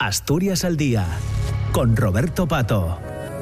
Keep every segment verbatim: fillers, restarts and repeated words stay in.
Asturias al día, con Roberto Pato.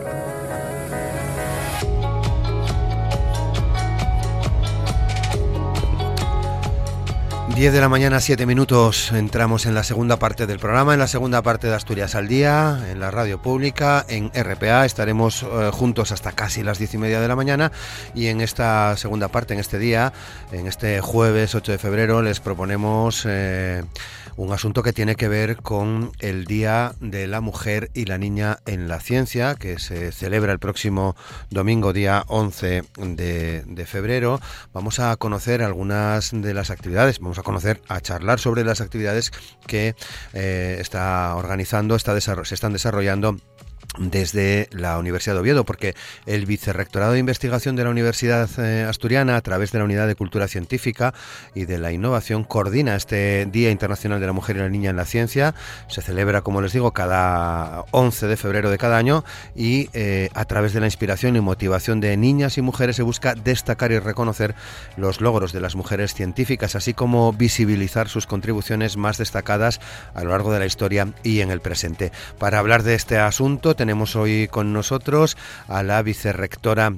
diez de la mañana, siete minutos, entramos en la segunda parte del programa, en la segunda parte de Asturias al día, en la radio pública, en R P A. Estaremos eh, juntos hasta casi las diez y media de la mañana, y en esta segunda parte, en este día, en este jueves ocho de febrero, les proponemos eh, un asunto que tiene que ver con el Día de la Mujer y la Niña en la Ciencia, que se celebra el próximo domingo, día once de febrero. Vamos a conocer algunas de las actividades, vamos a conocer, a charlar sobre las actividades que eh, está organizando, está desarroll- se están desarrollando desde la Universidad de Oviedo, porque el Vicerrectorado de Investigación de la Universidad eh, Asturiana, a través de la Unidad de Cultura Científica y de la Innovación, coordina este Día Internacional de la Mujer y la Niña en la Ciencia. Se celebra, como les digo, cada once de febrero de cada año, y eh, a través de la inspiración y motivación de niñas y mujeres se busca destacar y reconocer los logros de las mujeres científicas, así como visibilizar sus contribuciones más destacadas a lo largo de la historia y en el presente. Para hablar de este asunto tenemos hoy con nosotros a la vicerrectora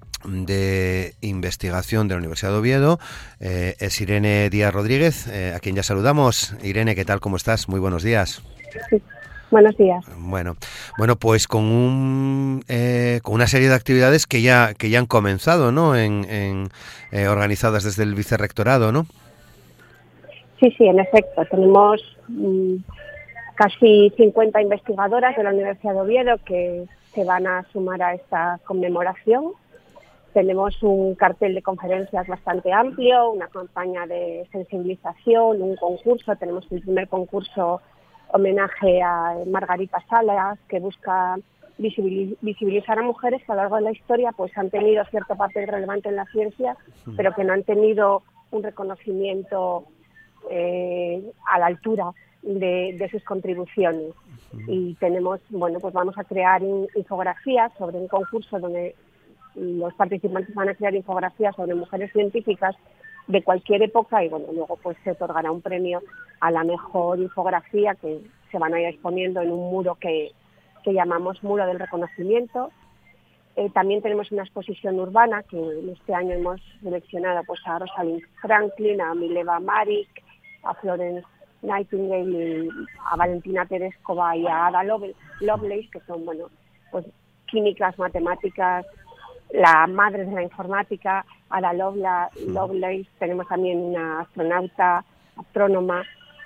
de Investigación de la Universidad de Oviedo, eh, es Irene Díaz Rodríguez, eh, a quien ya saludamos. Irene, ¿qué tal? ¿Cómo estás? Muy buenos días. Sí. Buenos días. Bueno, bueno, pues con un eh, con una serie de actividades que ya que ya han comenzado, ¿no? En, en eh, organizadas desde el vicerrectorado, ¿no? Sí, sí, en efecto. Tenemos mmm, casi cincuenta investigadoras de la Universidad de Oviedo que se van a sumar a esta conmemoración. Tenemos un cartel de conferencias bastante amplio, una campaña de sensibilización, un concurso. Tenemos el primer concurso homenaje a Margarita Salas, que busca visibilizar a mujeres que a lo largo de la historia pues han tenido cierto papel relevante en la ciencia, pero que no han tenido un reconocimiento eh, a la altura de, de sus contribuciones. Y tenemos, bueno, pues vamos a crear in, infografías sobre un concurso donde los participantes van a crear infografías sobre mujeres científicas de cualquier época, y bueno, luego pues se otorgará un premio a la mejor infografía, que se van a ir exponiendo en un muro que, que llamamos Muro del Reconocimiento. Eh, también tenemos una exposición urbana, que este año hemos seleccionado pues a Rosalind Franklin, a Mileva Maric, a Florence Nightingale, y a Valentina Tereskova y a Ada Lovelace, que son, bueno, pues químicas, matemáticas, la madre de la informática. Ada Lovelace. Tenemos también una astronauta, astrónoma,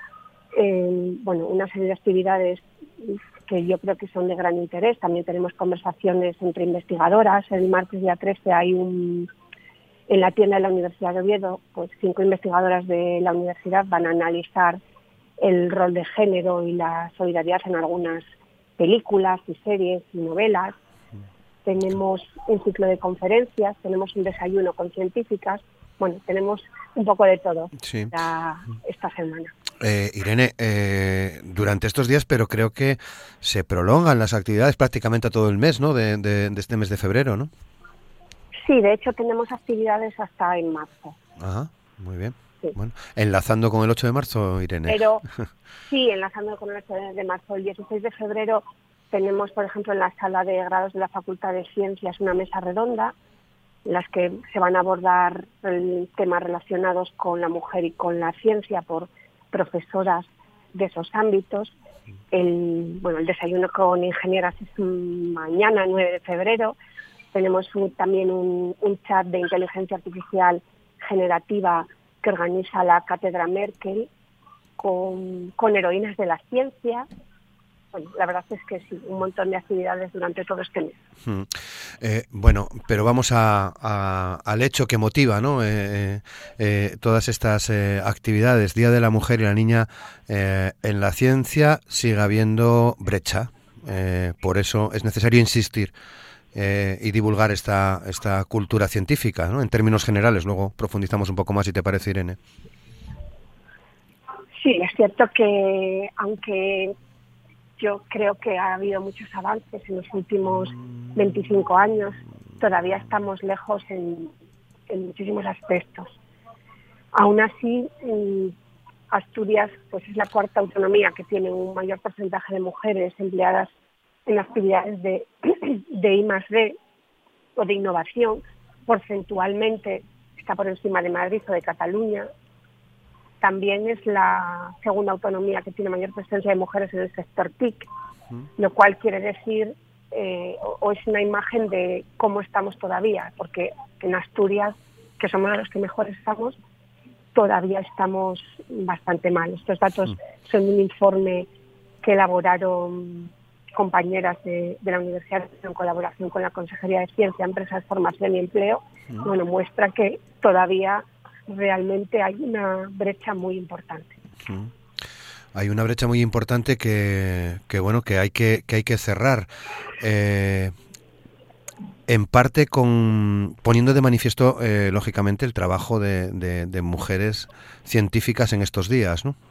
eh, bueno, una serie de actividades que yo creo que son de gran interés. También tenemos conversaciones entre investigadoras. El martes día trece hay un, en la tienda de la Universidad de Oviedo, pues cinco investigadoras de la universidad van a analizar el rol de género y la solidaridad en algunas películas y series y novelas. Tenemos un ciclo de conferencias, tenemos un desayuno con científicas. Bueno, tenemos un poco de todo sí. esta, esta semana. Eh, Irene, eh, durante estos días, pero creo que se prolongan las actividades prácticamente a todo el mes, ¿no? De, de, de este mes de febrero, ¿no? Sí, de hecho tenemos actividades hasta en marzo. Ajá, muy bien. Sí. Bueno, enlazando con el ocho de marzo, Irene. Pero sí, enlazando con el ocho de marzo, el dieciséis de febrero tenemos, por ejemplo, en la sala de grados de la Facultad de Ciencias una mesa redonda en las que se van a abordar temas relacionados con la mujer y con la ciencia por profesoras de esos ámbitos. El, bueno, el desayuno con ingenieras es mañana, nueve de febrero. Tenemos un, también un, un chat de inteligencia artificial generativa que organiza la Cátedra Merkel con, con heroínas de la ciencia. Bueno, la verdad es que sí, un montón de actividades durante todo este mes. Hmm. Eh, bueno, pero vamos a, a, al hecho que motiva, ¿no? Eh, eh, todas estas eh, actividades, Día de la Mujer y la Niña eh, en la ciencia, sigue habiendo brecha. Eh, por eso es necesario insistir eh, y divulgar esta, esta cultura científica, ¿no? En términos generales. Luego profundizamos un poco más, si te parece, Irene. Sí, es cierto que aunque yo creo que ha habido muchos avances en los últimos veinticinco años, todavía estamos lejos en, en muchísimos aspectos. Aún así, Asturias pues es la cuarta autonomía que tiene un mayor porcentaje de mujeres empleadas en actividades de, de I más D o de innovación. Porcentualmente está por encima de Madrid o de Cataluña. También es la segunda autonomía que tiene mayor presencia de mujeres en el sector T I C, lo cual quiere decir, eh, o, o es una imagen de cómo estamos todavía, porque en Asturias, que somos los que mejor estamos, todavía estamos bastante mal. Estos datos son un informe que elaboraron compañeras de, de la universidad en colaboración con la Consejería de Ciencia, Empresas, Formación y Empleo. Mm. Bueno, muestra que todavía realmente hay una brecha muy importante. Mm. Hay una brecha muy importante que, que bueno, que hay que, que hay que cerrar. Eh, en parte con poniendo de manifiesto, eh, lógicamente, el trabajo de, de, de mujeres científicas en estos días, ¿no?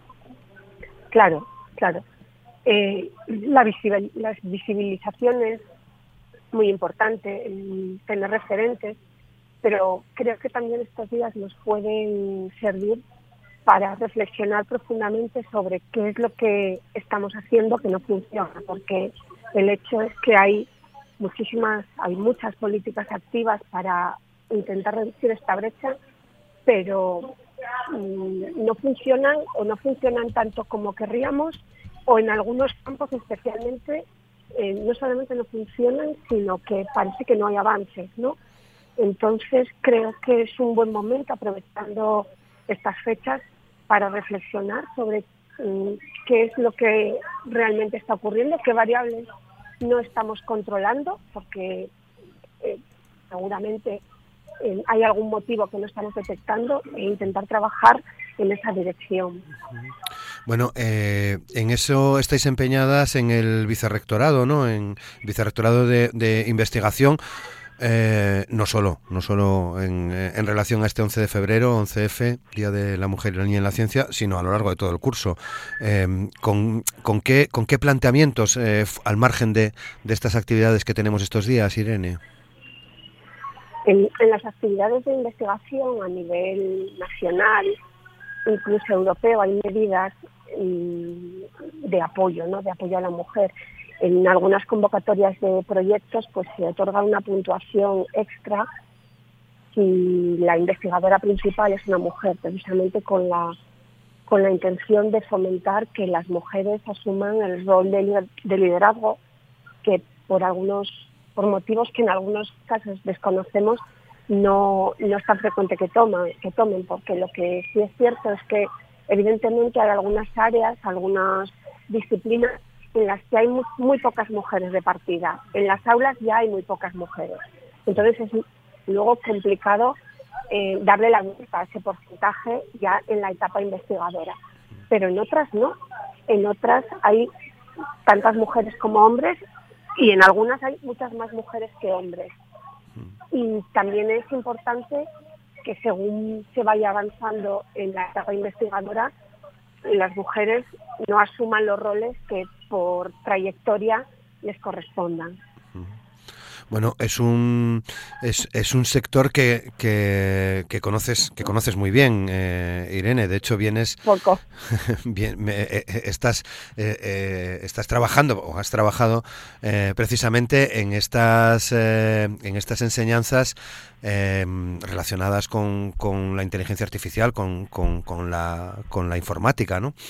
Claro, claro. Eh, la, visibil, la visibilización es muy importante, el tener referentes, pero creo que también estos días nos pueden servir para reflexionar profundamente sobre qué es lo que estamos haciendo que no funciona, porque el hecho es que hay muchísimas, hay muchas políticas activas para intentar reducir esta brecha, pero mmm, no funcionan o no funcionan tanto como querríamos, o en algunos campos especialmente eh, no solamente no funcionan, sino que parece que no hay avances, ¿no? Entonces creo que es un buen momento, aprovechando estas fechas, para reflexionar sobre mmm, qué es lo que realmente está ocurriendo, qué variables no estamos controlando, porque eh, seguramente eh, hay algún motivo que no estamos detectando, e intentar trabajar en esa dirección. Bueno, eh, en eso estáis empeñadas en el vicerrectorado, ¿no? En el vicerrectorado de, de investigación. Eh, no solo, no solo en, en relación a este once de febrero, once efe, Día de la Mujer y la Niña en la Ciencia, sino a lo largo de todo el curso. Eh, ¿con, con, qué, ¿Con qué planteamientos, eh, al margen de, de estas actividades que tenemos estos días, Irene? En, en las actividades de investigación a nivel nacional, incluso europeo, hay medidas mmm, de apoyo, ¿no? De apoyo a la mujer. En algunas convocatorias de proyectos pues se otorga una puntuación extra si la investigadora principal es una mujer, precisamente con la con la intención de fomentar que las mujeres asuman el rol de, de liderazgo que por algunos por motivos que en algunos casos desconocemos no no es tan frecuente que toman que tomen porque lo que sí es cierto es que evidentemente hay algunas áreas, algunas disciplinas en las que hay muy, muy pocas mujeres de partida. En las aulas ya hay muy pocas mujeres. Entonces es luego complicado eh, darle la vuelta a ese porcentaje ya en la etapa investigadora. Pero en otras no. En otras hay tantas mujeres como hombres y en algunas hay muchas más mujeres que hombres. Y también es importante que según se vaya avanzando en la etapa investigadora, las mujeres no asuman los roles que por trayectoria les correspondan. Bueno, es un es, es un sector que, que, que conoces que conoces muy bien, eh, Irene. De hecho, vienes poco. bien, me, eh, estás eh, eh, estás trabajando o has trabajado eh, precisamente en estas eh, en estas enseñanzas eh, relacionadas con, con la inteligencia artificial, con, con, con la con la informática, ¿no?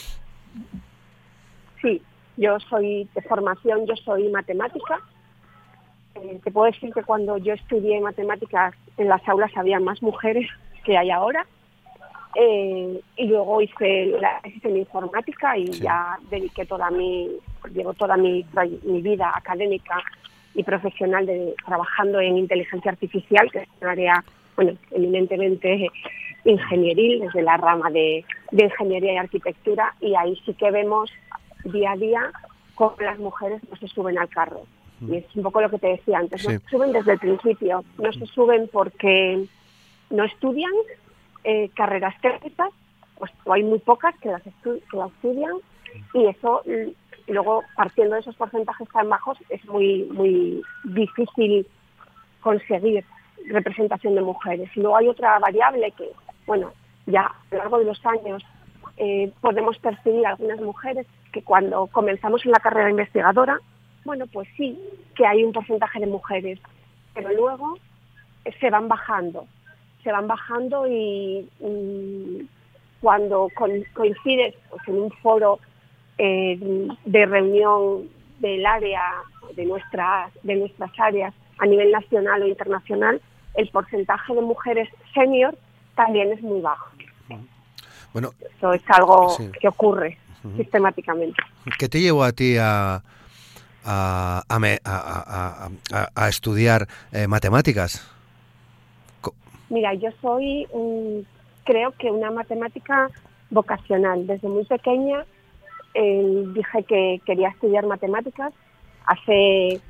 Sí, yo soy de formación, yo soy matemática. Eh, te puedo decir que cuando yo estudié matemáticas en las aulas había más mujeres que hay ahora. Eh, y luego hice la tesis en informática y sí. ya dediqué toda mi, llevo toda mi, mi vida académica y profesional de, trabajando en inteligencia artificial, que es un área, bueno, eminentemente ingenieril, desde la rama de, de ingeniería y arquitectura, y ahí sí que vemos día a día cómo las mujeres no se suben al carro. Y es un poco lo que te decía antes, no sí. se suben desde el principio, no se suben porque no estudian eh, carreras técnicas, pues o hay muy pocas que las, estu- que las estudian, y eso y luego partiendo de esos porcentajes tan bajos es muy muy difícil conseguir representación de mujeres. Y luego hay otra variable que, bueno, ya a lo largo de los años eh, podemos percibir algunas mujeres que cuando comenzamos en la carrera investigadora, bueno, pues sí, que hay un porcentaje de mujeres, pero luego eh, se van bajando, se van bajando y, y cuando con, coincides pues, en un foro eh, de reunión del área, de nuestras, de nuestras áreas a nivel nacional o internacional, el porcentaje de mujeres senior también es muy bajo. Bueno, eso es algo sí. que ocurre Uh-huh. sistemáticamente. ¿Qué te llevó a ti a, a, a, me, a, a, a, a estudiar eh, matemáticas? Co- Mira, yo soy, um, creo que una matemática vocacional. Desde muy pequeña eh, dije que quería estudiar matemáticas. Hace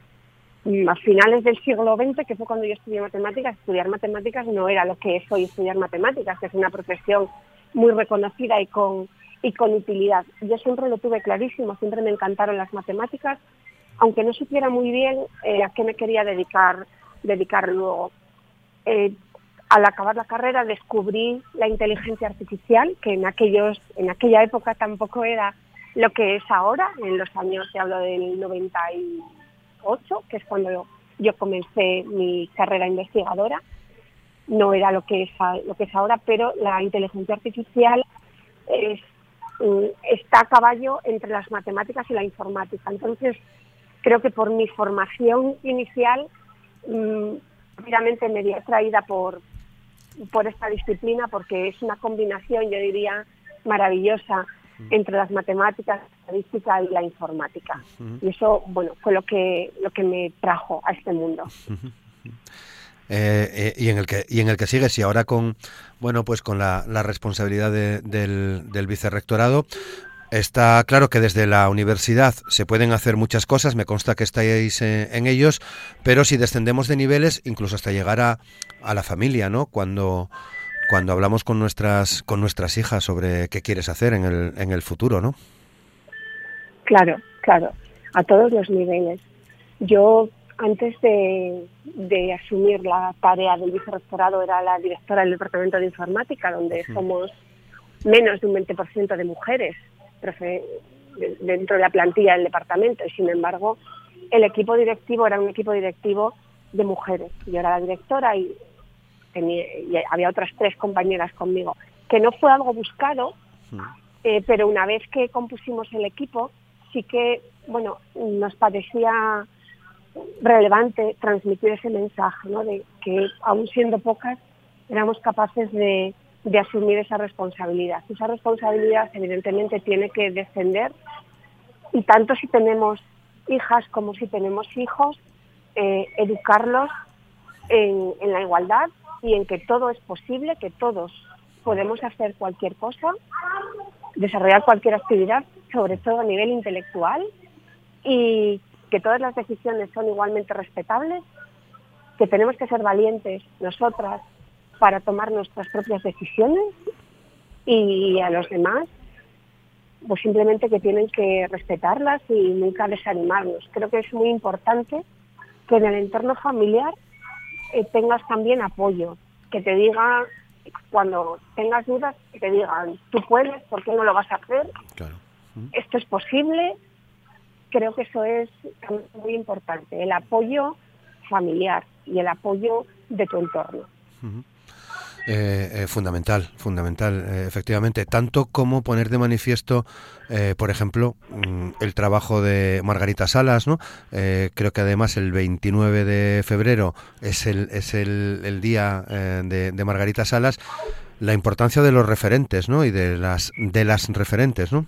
a finales del siglo veinte, que fue cuando yo estudié matemáticas, estudiar matemáticas no era lo que es hoy estudiar matemáticas, que es una profesión muy reconocida y con, y con utilidad. Yo siempre lo tuve clarísimo, siempre me encantaron las matemáticas, aunque no supiera muy bien eh, a qué me quería dedicar, dedicar luego. Eh, al acabar la carrera descubrí la inteligencia artificial, que en, aquellos, en aquella época tampoco era lo que es ahora, en los años, te hablo del noventa y ocho, que es cuando yo, yo comencé mi carrera investigadora. No era lo que es lo que es ahora, pero la inteligencia artificial es, está a caballo entre las matemáticas y la informática. Entonces, creo que por mi formación inicial, rápidamente me vi atraída por, por esta disciplina, porque es una combinación, yo diría, maravillosa entre las matemáticas, la estadística y la informática. Uh-huh. Y eso, bueno, fue lo que lo que me trajo a este mundo. Uh-huh. Eh, eh, y en el que y en el que sigues, y ahora con bueno pues con la, la responsabilidad de, del, del vicerrectorado. Está claro que desde la universidad se pueden hacer muchas cosas, me consta que estáis eh, en ellos, pero si descendemos de niveles, incluso hasta llegar a, a la familia, ¿no? Cuando cuando hablamos con nuestras con nuestras hijas sobre qué quieres hacer en el en el futuro, ¿no? Claro, claro, a todos los niveles. Yo antes de, de asumir la tarea del vicerrectorado era la directora del departamento de informática, donde somos menos de un veinte por ciento de mujeres dentro de la plantilla del departamento, y sin embargo el equipo directivo era un equipo directivo de mujeres. Yo era la directora y, tenía, y había otras tres compañeras conmigo, que no fue algo buscado, eh, pero una vez que compusimos el equipo sí que bueno nos parecía relevante transmitir ese mensaje, ¿no? De que aún siendo pocas éramos capaces de, de asumir esa responsabilidad. Esa responsabilidad evidentemente tiene que descender, y tanto si tenemos hijas como si tenemos hijos, eh, educarlos en, en la igualdad y en que todo es posible, que todos podemos hacer cualquier cosa, desarrollar cualquier actividad, sobre todo a nivel intelectual, y que todas las decisiones son igualmente respetables, que tenemos que ser valientes nosotras para tomar nuestras propias decisiones, y a los demás pues simplemente que tienen que respetarlas y nunca desanimarnos. Creo que es muy importante que en el entorno familiar eh, tengas también apoyo, que te diga cuando tengas dudas, que te digan, tú puedes, ¿por qué no lo vas a hacer? Claro. ¿Mm? Esto es posible. Creo que eso es muy importante, el apoyo familiar y el apoyo de tu entorno. Uh-huh. Eh, eh, fundamental, fundamental, eh, efectivamente, tanto como poner de manifiesto, eh, por ejemplo, mm, el trabajo de Margarita Salas, ¿no? Eh, creo que además el veintinueve de febrero es el es el, el día eh, de, de Margarita Salas, la importancia de los referentes, ¿no? Y de las de las referentes, ¿no?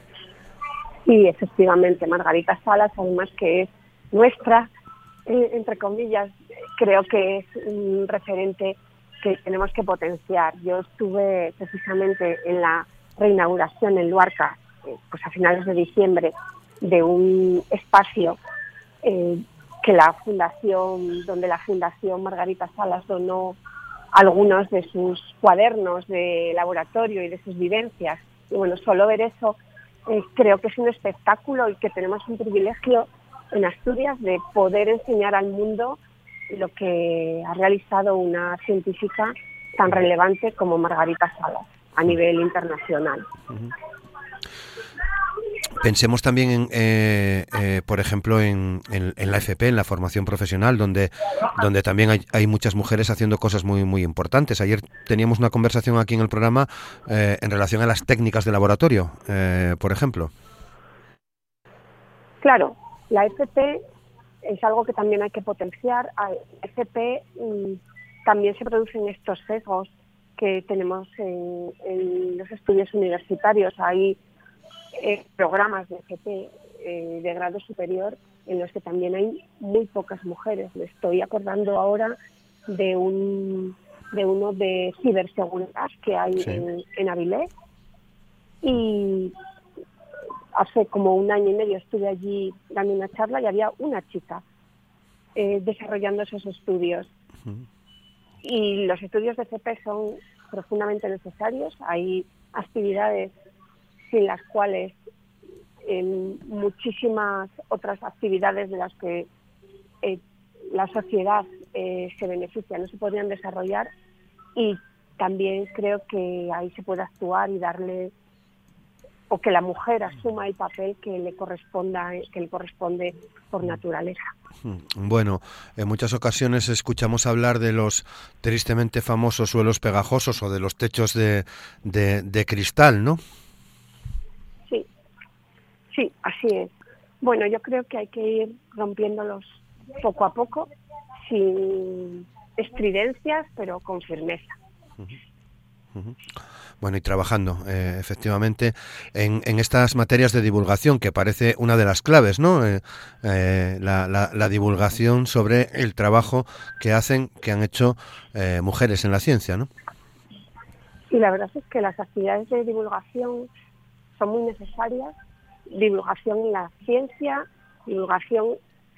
Sí, efectivamente, Margarita Salas, además que es nuestra, eh, entre comillas, creo que es un referente que tenemos que potenciar. Yo estuve precisamente en la reinauguración en Luarca, eh, pues a finales de diciembre, de un espacio eh, que la fundación, donde la Fundación Margarita Salas donó algunos de sus cuadernos de laboratorio y de sus vivencias. Y bueno, solo ver eso eh, creo que es un espectáculo, y que tenemos un privilegio en Asturias de poder enseñar al mundo lo que ha realizado una científica tan relevante como Margarita Salas. a nivel internacional. Uh-huh. Pensemos también, en, eh, eh, por ejemplo, en, en, en la F P, en la formación profesional, donde, donde también hay, hay muchas mujeres haciendo cosas muy, muy importantes. Ayer teníamos una conversación aquí en el programa eh, en relación a las técnicas de laboratorio, eh, por ejemplo. Claro, la F P es algo que también hay que potenciar. La F P mmm, también se producen estos sesgos que tenemos en, en los estudios universitarios. Hay eh, programas de F P eh, de grado superior en los que también hay muy pocas mujeres. Me estoy acordando ahora de un de uno de ciberseguridad que hay sí. en, en Avilés, y hace como un año y medio estuve allí dando una charla y había una chica eh, desarrollando esos estudios. Uh-huh. Y los estudios de F P son profundamente necesarios. Hay actividades sin las cuales eh, muchísimas otras actividades de las que eh, la sociedad eh, se beneficia no se podrían desarrollar, y también creo que ahí se puede actuar y darle, o que la mujer asuma el papel que le corresponda, que le corresponde por naturaleza. Bueno, en muchas ocasiones escuchamos hablar de los tristemente famosos suelos pegajosos o de los techos de, de, de cristal, ¿no? Sí, sí, así es. Bueno, yo creo que hay que ir rompiéndolos poco a poco, sin estridencias, pero con firmeza. Uh-huh. Uh-huh. Bueno, y trabajando eh, efectivamente en, en estas materias de divulgación, que parece una de las claves, ¿no? Eh, eh, la, la, la divulgación sobre el trabajo que hacen, que han hecho eh, mujeres en la ciencia, ¿no? Sí, la verdad es que las actividades de divulgación son muy necesarias. Divulgación en la ciencia, divulgación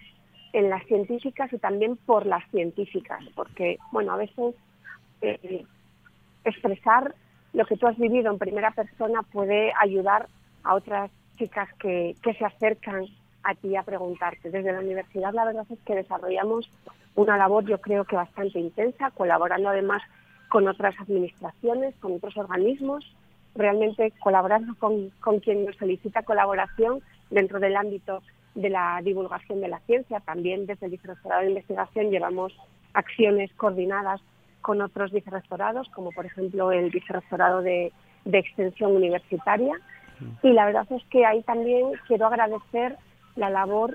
en las científicas y también por las científicas, porque, bueno, a veces eh, expresar lo que tú has vivido en primera persona puede ayudar a otras chicas que, que se acercan a ti a preguntarte. Desde la universidad la verdad es que desarrollamos una labor, yo creo que bastante intensa, colaborando además con otras administraciones, con otros organismos, realmente colaborando con, con quien nos solicita colaboración dentro del ámbito de la divulgación de la ciencia. También desde el Vicerrectorado de Investigación llevamos acciones coordinadas con otros vicerrectorados, como por ejemplo el Vicerrectorado de, de Extensión Universitaria. Y la verdad es que ahí también quiero agradecer la labor,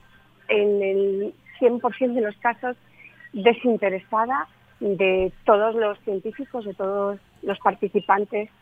en el cien por ciento de los casos, desinteresada de todos los científicos, de todos los participantes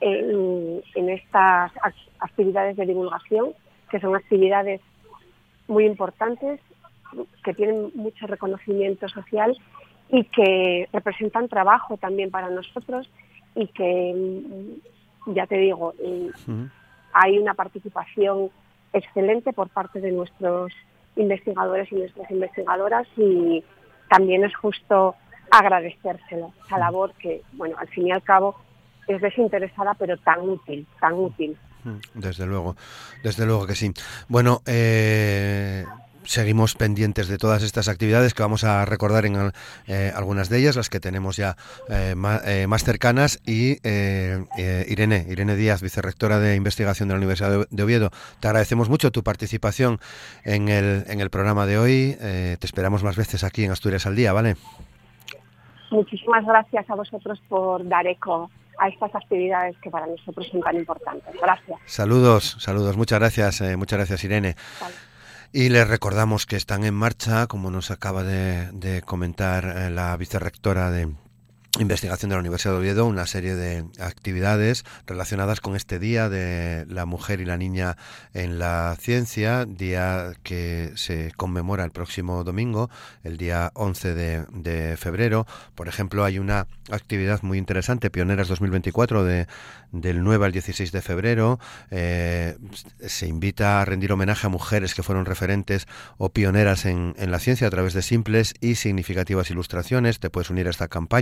en, en estas actividades de divulgación, que son actividades muy importantes, que tienen mucho reconocimiento social y que representan trabajo también para nosotros, y que, ya te digo, uh-huh. hay una participación excelente por parte de nuestros investigadores y nuestras investigadoras, y también es justo agradecérselo, esa labor que, bueno, al fin y al cabo es desinteresada, pero tan útil, tan útil. Desde luego, desde luego que sí. Bueno, eh... seguimos pendientes de todas estas actividades, que vamos a recordar en eh, algunas de ellas, las que tenemos ya eh, más, eh, más cercanas. Y eh, eh, Irene, Irene Díaz, vicerrectora de Investigación de la Universidad de Oviedo, te agradecemos mucho tu participación en el, en el programa de hoy. Eh, te esperamos más veces aquí en Asturias al Día, ¿vale? Muchísimas gracias a vosotros por dar eco a estas actividades que para nosotros son tan importantes. Gracias. Saludos, saludos. Muchas gracias, eh, muchas gracias, Irene. Vale. Y les recordamos que están en marcha, como nos acaba de, de comentar eh, la vicerrectora de Investigación de la Universidad de Oviedo, una serie de actividades relacionadas con este Día de la Mujer y la Niña en la Ciencia, día que se conmemora el próximo domingo, el día once de, de febrero. Por ejemplo, hay una actividad muy interesante, Pioneras dos mil veinticuatro, de, del nueve al dieciséis de febrero. Eh, se invita a rendir homenaje a mujeres que fueron referentes o pioneras en, en la ciencia a través de simples y significativas ilustraciones. Te puedes unir a esta campaña para destacar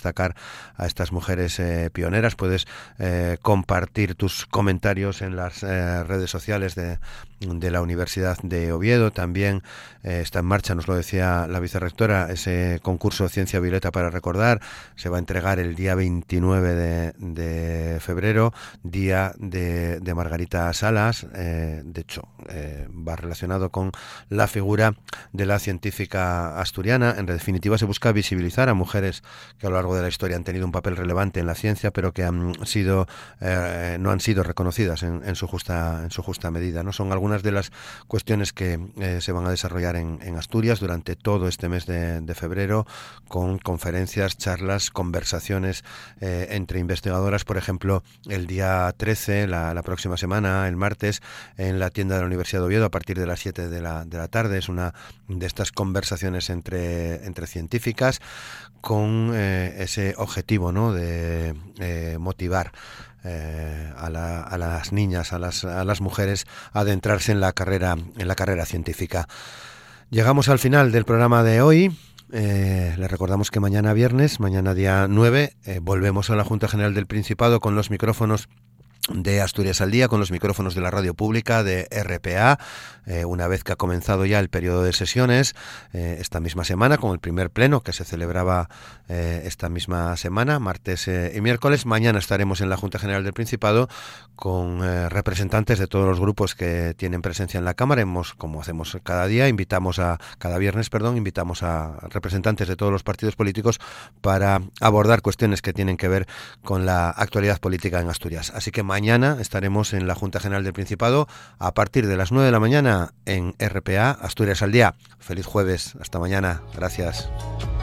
destacar a estas mujeres eh, pioneras. Puedes eh, compartir tus comentarios en las eh, redes sociales de, de la Universidad de Oviedo. También eh, está en marcha, nos lo decía la vicerrectora, ese concurso Ciencia Violeta para recordar. Se va a entregar el día veintinueve de, de febrero, día de, de Margarita Salas. Eh, de hecho, eh, va relacionado con la figura de la científica asturiana. En definitiva, se busca visibilizar a mujeres que a lo largo de la historia han tenido un papel relevante en la ciencia, pero que han sido eh, no han sido reconocidas en, en su justa en su justa medida, ¿no? Son algunas de las cuestiones que eh, se van a desarrollar en, en Asturias durante todo este mes de, de febrero, con conferencias, charlas, conversaciones eh, entre investigadoras. Por ejemplo, el día trece, la, la próxima semana, el martes, en la tienda de la Universidad de Oviedo, a partir de las siete de la, de la tarde, es una de estas conversaciones entre, entre científicas, con eh, ese objetivo, ¿no?, de eh, motivar eh, a, la, a las niñas, a las, a las mujeres a adentrarse en la carrera, en la carrera científica. Llegamos al final del programa de hoy. Eh, les recordamos que mañana viernes, mañana día nueve, eh, volvemos a la Junta General del Principado con los micrófonos de Asturias al Día, con los micrófonos de la radio pública de R P A, eh, una vez que ha comenzado ya el periodo de sesiones eh, esta misma semana, con el primer pleno que se celebraba eh, esta misma semana, martes eh, y miércoles. Mañana estaremos en la Junta General del Principado con eh, representantes de todos los grupos que tienen presencia en la Cámara. Hemos, como hacemos cada día, invitamos a cada viernes, perdón, invitamos a representantes de todos los partidos políticos para abordar cuestiones que tienen que ver con la actualidad política en Asturias. Así que mañana estaremos en la Junta General del Principado a partir de las nueve de la mañana en R P A, Asturias al Día. Feliz jueves, hasta mañana, gracias.